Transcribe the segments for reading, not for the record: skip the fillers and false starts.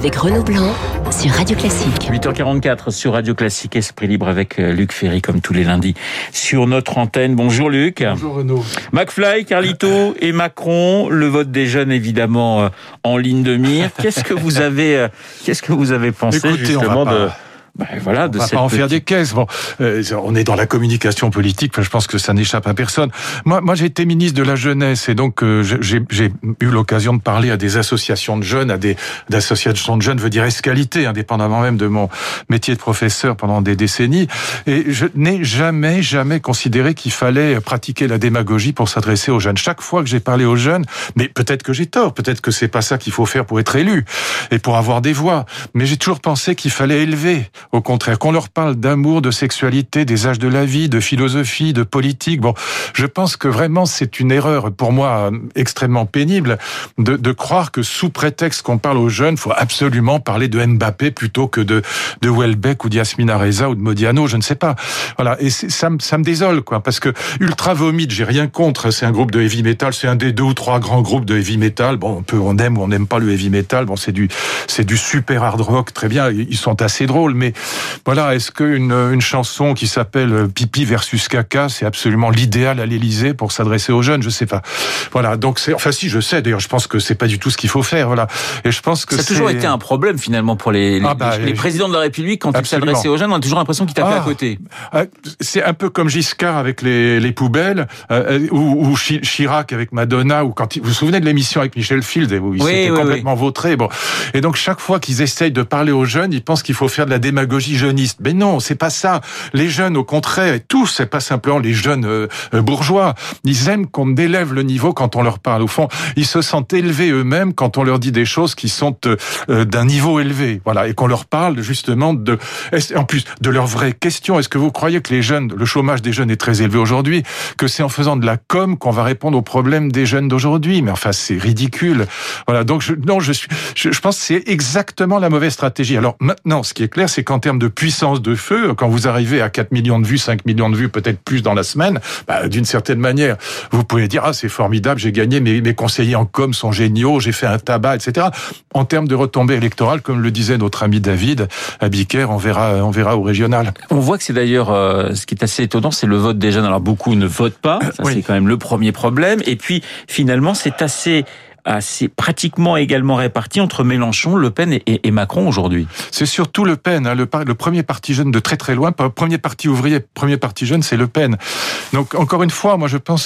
avec Renaud Blanc sur Radio Classique. 8h44 sur Radio Classique, Esprit Libre avec Luc Ferry comme tous les lundis sur notre antenne. Bonjour Luc. Bonjour Renaud. McFly, Carlito et Macron, le vote des jeunes évidemment en ligne de mire. Qu'est-ce que vous avez pensé? Écoutez, justement on va on va pas en faire des caisses. Bon, on est dans la communication politique. Je pense que ça n'échappe à personne. Moi, j'ai été ministre de la jeunesse et donc j'ai eu l'occasion de parler à des associations de jeunes, d'associations de jeunes, veut dire Escalité, indépendamment même de mon métier de professeur pendant des décennies. Et je n'ai jamais considéré qu'il fallait pratiquer la démagogie pour s'adresser aux jeunes. Chaque fois que j'ai parlé aux jeunes, mais peut-être que j'ai tort, peut-être que c'est pas ça qu'il faut faire pour être élu et pour avoir des voix. Mais j'ai toujours pensé qu'il fallait élever. Au contraire, qu'on leur parle d'amour, de sexualité, des âges de la vie, de philosophie, de politique. Bon, je pense que vraiment c'est une erreur, pour moi, extrêmement pénible, de croire que sous prétexte qu'on parle aux jeunes, faut absolument parler de Mbappé plutôt que de Welbeck ou d'Yasmina Reza ou de Modiano, je ne sais pas. Voilà, et ça me désole, quoi, parce que Ultra Vomit, j'ai rien contre, c'est un groupe de heavy metal, c'est un des 2 ou 3 grands groupes de heavy metal. Bon, on aime ou on n'aime pas le heavy metal. Bon, c'est du super hard rock, très bien, ils sont assez drôles, mais voilà, est-ce qu'une chanson qui s'appelle Pipi versus Caca, c'est absolument l'idéal à l'Élysée pour s'adresser aux jeunes? Je sais pas. Voilà, donc si, je sais. D'ailleurs, je pense que c'est pas du tout ce qu'il faut faire. Voilà, et je pense que ça a toujours été un problème finalement pour les présidents de la République quand ils s'adressaient aux jeunes. On a toujours l'impression qu'ils tapaient à côté. C'est un peu comme Giscard avec les poubelles, ou Chirac avec Madonna, ou quand vous vous souvenez de l'émission avec Michel Field, où il s'était complètement vautré. Bon, et donc chaque fois qu'ils essayent de parler aux jeunes, ils pensent qu'il faut faire de la démagogie jeuniste. Mais non, c'est pas ça. Les jeunes, au contraire, et tous, c'est pas simplement les jeunes bourgeois. Ils aiment qu'on élève le niveau quand on leur parle. Au fond, ils se sentent élevés eux-mêmes quand on leur dit des choses qui sont d'un niveau élevé. Voilà, et qu'on leur parle justement en plus de leurs vraies questions. Est-ce que vous croyez que le chômage des jeunes est très élevé aujourd'hui, que c'est en faisant de la com qu'on va répondre aux problèmes des jeunes d'aujourd'hui? Mais enfin, c'est ridicule. Voilà, donc je pense que c'est exactement la mauvaise stratégie. Alors maintenant, ce qui est clair, c'est qu'en termes de puissance de feu, quand vous arrivez à 4 millions de vues, 5 millions de vues, peut-être plus dans la semaine, d'une certaine manière, vous pouvez dire, c'est formidable, j'ai gagné, mes conseillers en com sont géniaux, j'ai fait un tabac, etc. En termes de retombées électorales, comme le disait notre ami David Abiker, on verra au régional. On voit que c'est d'ailleurs, ce qui est assez étonnant, c'est le vote des jeunes. Alors beaucoup ne votent pas, ça c'est quand même le premier problème. Et puis finalement, c'est assez pratiquement également réparti entre Mélenchon, Le Pen et Macron aujourd'hui. C'est surtout Le Pen, le premier parti jeune de très très loin, premier parti ouvrier, premier parti jeune, c'est Le Pen. Donc encore une fois, moi je pense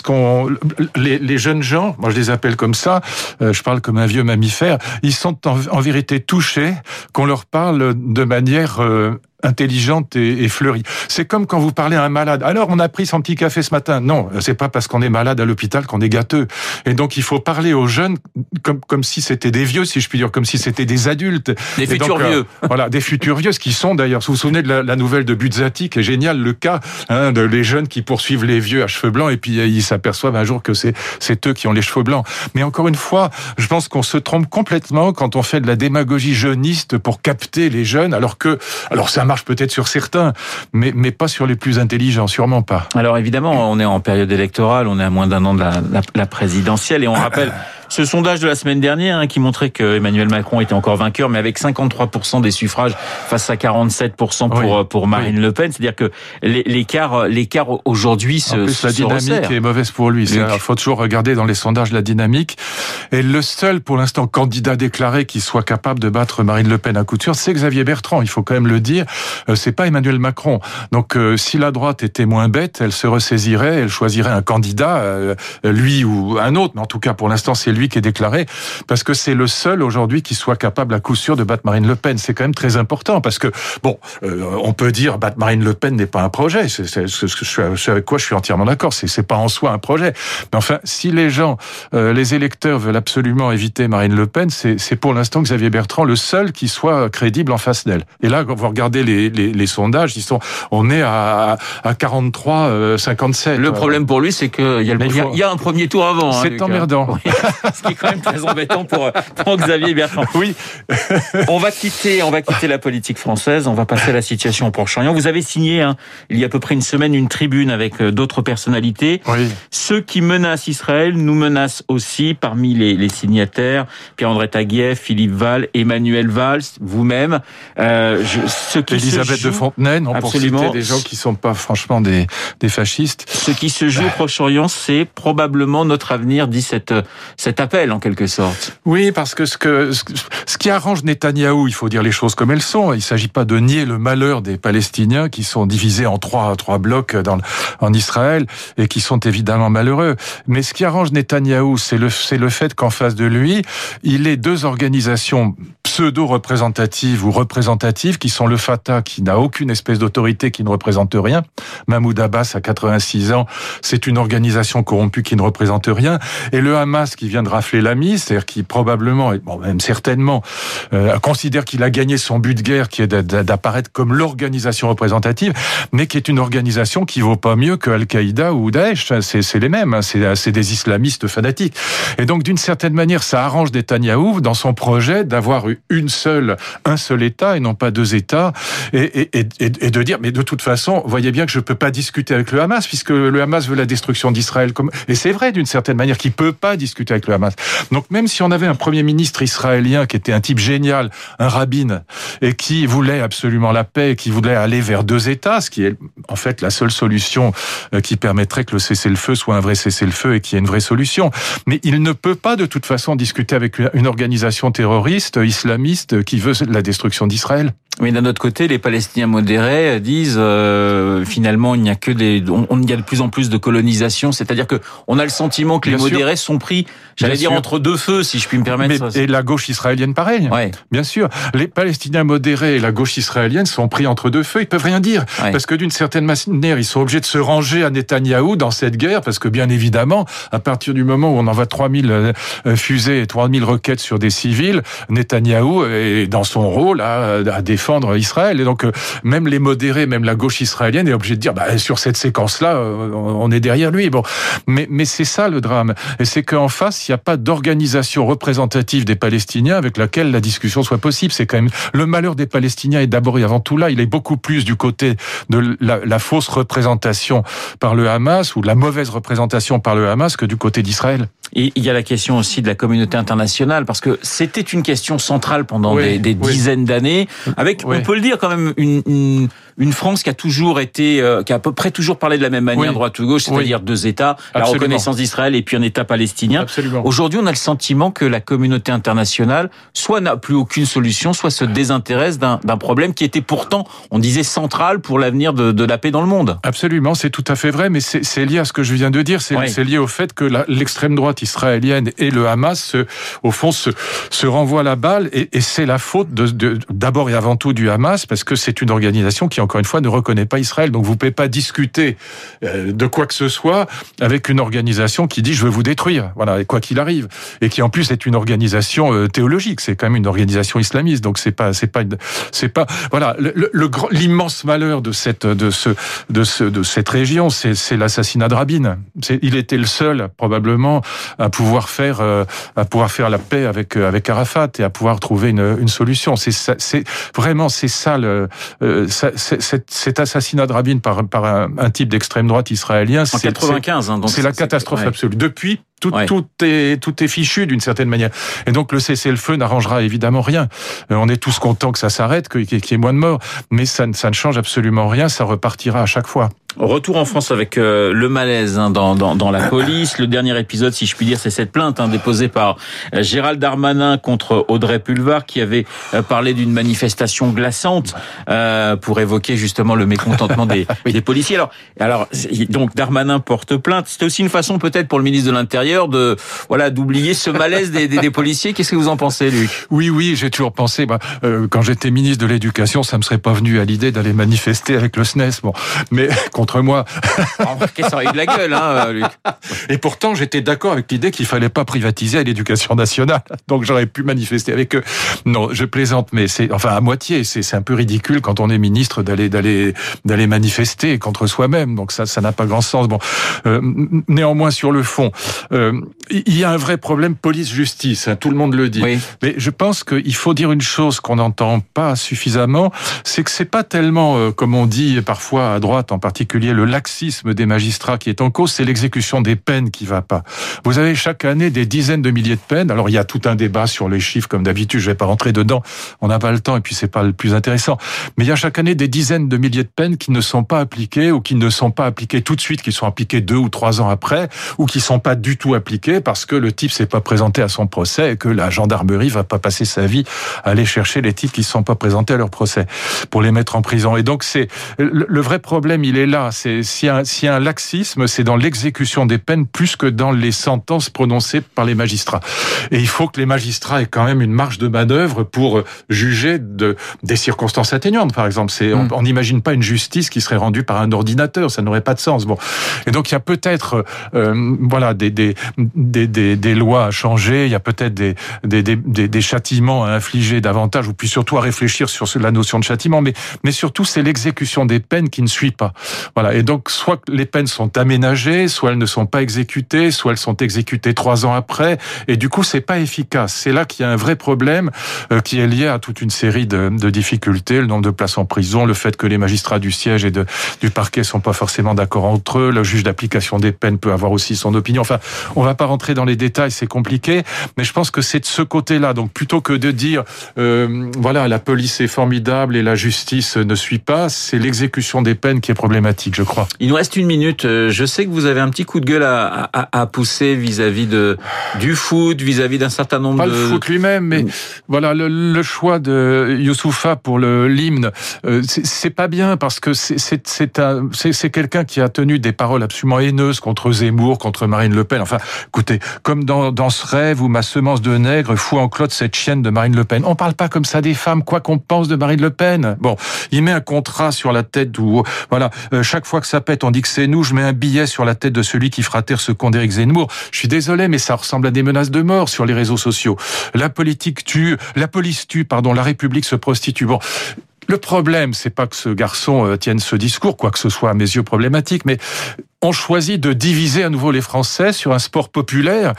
les jeunes gens, moi je les appelle comme ça, je parle comme un vieux mammifère, ils sont en vérité touchés qu'on leur parle de manière intelligente et fleurie. C'est comme quand vous parlez à un malade. Alors, on a pris son petit café ce matin. Non, c'est pas parce qu'on est malade à l'hôpital qu'on est gâteux. Et donc, il faut parler aux jeunes comme si c'était des vieux, si je puis dire, comme si c'était des adultes. Des futurs vieux. Voilà, des futurs vieux, ce qui sont d'ailleurs. Vous vous souvenez de la nouvelle de Buzzati, qui est génial, le cas de les jeunes qui poursuivent les vieux à cheveux blancs et puis ils s'aperçoivent un jour que c'est eux qui ont les cheveux blancs. Mais encore une fois, je pense qu'on se trompe complètement quand on fait de la démagogie jeuniste pour capter les jeunes, alors ça marche peut-être sur certains, mais pas sur les plus intelligents, sûrement pas. Alors évidemment, on est en période électorale, on est à moins d'1 an de la présidentielle, et on rappelle ce sondage de la semaine dernière qui montrait que Emmanuel Macron était encore vainqueur, mais avec 53% des suffrages face à 47% pour Marine Le Pen. C'est-à-dire que l'écart aujourd'hui se resserre. La dynamique est mauvaise pour lui. Il faut toujours regarder dans les sondages la dynamique. Et le seul, pour l'instant, candidat déclaré qui soit capable de battre Marine Le Pen à coup sûr, c'est Xavier Bertrand. Il faut quand même le dire. C'est pas Emmanuel Macron. Donc, si la droite était moins bête, elle se ressaisirait, elle choisirait un candidat, lui ou un autre. Mais en tout cas, pour l'instant, c'est lui qui est déclaré, parce que c'est le seul aujourd'hui qui soit capable à coup sûr de battre Marine Le Pen. C'est quand même très important, parce que, on peut dire battre Marine Le Pen n'est pas un projet. C'est avec quoi je suis entièrement d'accord. C'est pas en soi un projet. Mais enfin, si les gens, les électeurs veulent absolument éviter Marine Le Pen, c'est pour l'instant Xavier Bertrand le seul qui soit crédible en face d'elle. Et là, quand vous regardez les sondages, on est à 43, 57. Le problème pour lui, c'est qu'il y a un premier tour avant. C'est emmerdant. Ce qui est quand même très embêtant pour Xavier Bertrand. Oui. On va quitter la politique française, on va passer à la situation au Proche-Orient. Vous avez signé, il y a à peu près une semaine, une tribune avec d'autres personnalités. Oui. Ceux qui menacent Israël nous menacent aussi, parmi les signataires, Pierre-André Taguieff, Philippe Val, Emmanuel Valls, vous-même. Elisabeth de Fontenay, pour citer des gens qui ne sont pas franchement des fascistes. Ce qui se joue au Proche-Orient, c'est probablement notre avenir, dit cet appel en quelque sorte. Oui, parce que ce qui arrange Netanyahou, il faut dire les choses comme elles sont. Il ne s'agit pas de nier le malheur des Palestiniens qui sont divisés en trois blocs en Israël et qui sont évidemment malheureux. Mais ce qui arrange Netanyahou, c'est le fait qu'en face de lui, il ait deux organisations pseudo-représentatives ou représentatives qui sont le Fatah, qui n'a aucune espèce d'autorité, qui ne représente rien. Mahmoud Abbas a 86 ans, c'est une organisation corrompue qui ne représente rien. Et le Hamas qui vient de rafler la mise, c'est-à-dire qui probablement, même certainement, considère qu'il a gagné son but de guerre, qui est d'apparaître comme l'organisation représentative, mais qui est une organisation qui vaut pas mieux que Al-Qaïda ou Daesh. C'est les mêmes, c'est des islamistes fanatiques. Et donc, d'une certaine manière, ça arrange Netanyahou dans son projet d'avoir un seul État et non pas deux États, et de dire, mais de toute façon, voyez bien que je peux pas discuter avec le Hamas, puisque le Hamas veut la destruction d'Israël. Et c'est vrai, d'une certaine manière, qu'il peut pas discuter avec le Hamas. Donc, même si on avait un premier ministre israélien qui était un type génial, un rabbin, et qui voulait absolument la paix, qui voulait aller vers deux États, ce qui est en fait la seule solution qui permettrait que le cessez-le-feu soit un vrai cessez-le-feu et qu'il y ait une vraie solution. Mais il ne peut pas de toute façon discuter avec une organisation terroriste, islamiste, qui veut la destruction d'Israël. Mais d'un autre côté, les Palestiniens modérés disent finalement il y a de plus en plus de colonisation, c'est-à-dire que on a le sentiment que les modérés sont pris, entre deux feux, si je puis me permettre. Et la gauche israélienne pareil. Ouais. Bien sûr, les Palestiniens modérés et la gauche israélienne sont pris entre deux feux, ils peuvent rien dire parce que d'une certaine manière, ils sont obligés de se ranger à Netanyahou dans cette guerre parce que bien évidemment, à partir du moment où on envoie 3000 fusées et 3000 roquettes sur des civils, Netanyahou est dans son rôle à défendre Israël. Et donc, même les modérés, même la gauche israélienne est obligée de dire, sur cette séquence-là, on est derrière lui. Bon. Mais c'est ça le drame. Et c'est qu'en face, il n'y a pas d'organisation représentative des Palestiniens avec laquelle la discussion soit possible. C'est quand même, le malheur des Palestiniens est d'abord et avant tout là. Il est beaucoup plus du côté de la fausse représentation par le Hamas ou de la mauvaise représentation par le Hamas que du côté d'Israël. Et il y a la question aussi de la communauté internationale, parce que c'était une question centrale pendant des dizaines d'années, avec, on peut le dire quand même, une France qui a toujours été, qui a à peu près toujours parlé de la même manière, droite ou gauche, c'est-à-dire deux États, la reconnaissance d'Israël et puis un État palestinien. Absolument. Aujourd'hui, on a le sentiment que la communauté internationale soit n'a plus aucune solution, soit se désintéresse d'un problème qui était pourtant, on disait, central pour l'avenir de la paix dans le monde. Absolument, c'est tout à fait vrai, mais c'est lié à ce que je viens de dire, c'est lié au fait que l'extrême droite israélienne et le Hamas, au fond, se renvoient la balle, et c'est la faute d'abord et avant tout du Hamas, parce que c'est une organisation qui, encore une fois, ne reconnaît pas Israël. Donc vous ne pouvez pas discuter de quoi que ce soit avec une organisation qui dit « je veux vous détruire », voilà, et quoi qu'il arrive, et qui en plus est une organisation théologique, c'est quand même une organisation islamiste, donc c'est pas voilà, l'immense malheur de cette région, c'est l'assassinat de Rabin. Il était le seul, probablement, à pouvoir faire la paix avec Arafat et à pouvoir trouver une solution. C'est vraiment ça cet assassinat de Rabin par un type d'extrême droite israélien. En 95, donc c'est la catastrophe absolue. Depuis, tout est fichu d'une certaine manière. Et donc le cessez-le-feu n'arrangera évidemment rien. On est tous contents que ça s'arrête, qu'il y ait moins de morts, mais ça ne change absolument rien. Ça repartira à chaque fois. Retour en France avec le malaise dans la police. Le dernier épisode, si je puis dire, c'est cette plainte déposée par Gérald Darmanin contre Audrey Pulvar, qui avait parlé d'une manifestation glaçante pour évoquer justement le mécontentement des policiers. Alors donc Darmanin porte plainte. C'était aussi une façon peut-être pour le ministre de l'Intérieur d'oublier ce malaise des policiers. Qu'est-ce que vous en pensez, Luc ? Oui, j'ai toujours pensé. Quand j'étais ministre de l'Éducation, ça me serait pas venu à l'idée d'aller manifester avec le SNES. Bon, mais contre moi. Ça aurait eu de la gueule, Luc. Et pourtant, j'étais d'accord avec l'idée qu'il fallait pas privatiser l'éducation nationale. Donc j'aurais pu manifester avec eux. Non, je plaisante, mais c'est à moitié. C'est un peu ridicule quand on est ministre d'aller manifester contre soi-même. Donc ça n'a pas grand sens. Bon, néanmoins sur le fond, Il y a un vrai problème police-justice, tout le monde le dit. Oui. Mais je pense qu'il faut dire une chose qu'on n'entend pas suffisamment, c'est que c'est pas tellement, comme on dit parfois à droite en particulier, le laxisme des magistrats qui est en cause, c'est l'exécution des peines qui va pas. Vous avez chaque année des dizaines de milliers de peines. Alors il y a tout un débat sur les chiffres, comme d'habitude, je vais pas rentrer dedans, on n'a pas le temps et puis c'est pas le plus intéressant. Mais il y a chaque année des dizaines de milliers de peines qui ne sont pas appliquées ou qui ne sont pas appliquées tout de suite, qui sont appliquées 2 ou 3 ans après, ou qui sont pas du tout appliquées parce que le type s'est pas présenté à son procès et que la gendarmerie va pas passer sa vie à aller chercher les types qui se sont pas présentés à leur procès pour les mettre en prison. Et donc c'est le vrai problème, il est là. C'est s'il y a un laxisme, c'est dans l'exécution des peines plus que dans les sentences prononcées par les magistrats. Et il faut que les magistrats aient quand même une marge de manœuvre pour juger des circonstances atténuantes, par exemple. On n'imagine pas une justice qui serait rendue par un ordinateur, ça n'aurait pas de sens. Bon, et donc il y a peut-être des lois à changer, il y a peut-être des châtiments à infliger davantage, ou puis surtout à réfléchir sur la notion de châtiment, mais surtout c'est l'exécution des peines qui ne suit pas. Voilà, et donc soit les peines sont aménagées, soit elles ne sont pas exécutées, soit elles sont exécutées 3 ans après, et du coup c'est pas efficace. C'est là qu'il y a un vrai problème qui est lié à toute une série de difficultés, le nombre de places en prison, le fait que les magistrats du siège et du parquet sont pas forcément d'accord entre eux, le juge d'application des peines peut avoir aussi son opinion. Enfin, on va pas rentrer dans les détails, c'est compliqué, mais je pense que c'est de ce côté-là. Donc plutôt que de dire voilà, la police est formidable et la justice ne suit pas, c'est l'exécution des peines qui est problématique, je crois. Il nous reste 1 minute. Je sais que vous avez un petit coup de gueule à pousser vis-à-vis du foot, vis-à-vis d'un certain nombre de... Pas le foot lui-même, mais voilà, le choix de Youssoupha pour l'hymne, c'est pas bien parce que c'est quelqu'un qui a tenu des paroles absolument haineuses contre Zemmour, contre Marine Le Pen. Enfin, écoutez, comme dans ce rêve où ma semence de nègre fout en clotte cette chienne de Marine Le Pen. On parle pas comme ça des femmes, quoi qu'on pense de Marine Le Pen. Bon, il met un contrat sur la tête où, voilà, chaque fois que ça pète, on dit que c'est nous, je mets un billet sur la tête de celui qui fera taire ce con d'Éric Zemmour. Je suis désolé, mais ça ressemble à des menaces de mort sur les réseaux sociaux. La police tue, la République se prostitue. Bon. Le problème, c'est pas que ce garçon tienne ce discours, quoi que ce soit à mes yeux problématique, mais on choisit de diviser à nouveau les Français sur un sport populaire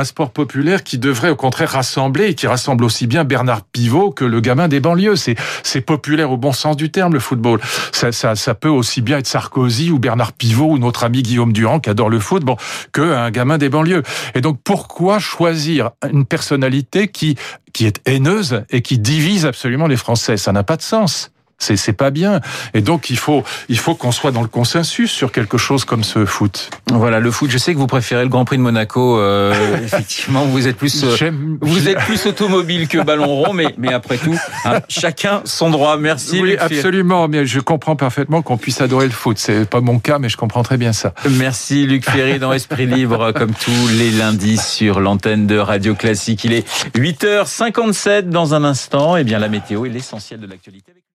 qui devrait au contraire rassembler et qui rassemble aussi bien Bernard Pivot que le gamin des banlieues. C'est populaire au bon sens du terme, le football. Ça peut aussi bien être Sarkozy ou Bernard Pivot ou notre ami Guillaume Durand qui adore le foot, que un gamin des banlieues. Et donc pourquoi choisir une personnalité qui est haineuse et qui divise absolument les Français? Ça n'a pas de sens. C'est pas bien. Et donc, il faut qu'on soit dans le consensus sur quelque chose comme ce foot. Voilà, le foot. Je sais que vous préférez le Grand Prix de Monaco. Effectivement, vous êtes plus automobile que ballon rond, mais après tout, chacun son droit. Merci. Oui, Luc absolument. Mais je comprends parfaitement qu'on puisse adorer le foot. C'est pas mon cas, mais je comprends très bien ça. Merci Luc Ferry dans Esprit Libre, comme tous les lundis sur l'antenne de Radio Classique. Il est 8h57 dans un instant. Eh bien, la météo est l'essentiel de l'actualité.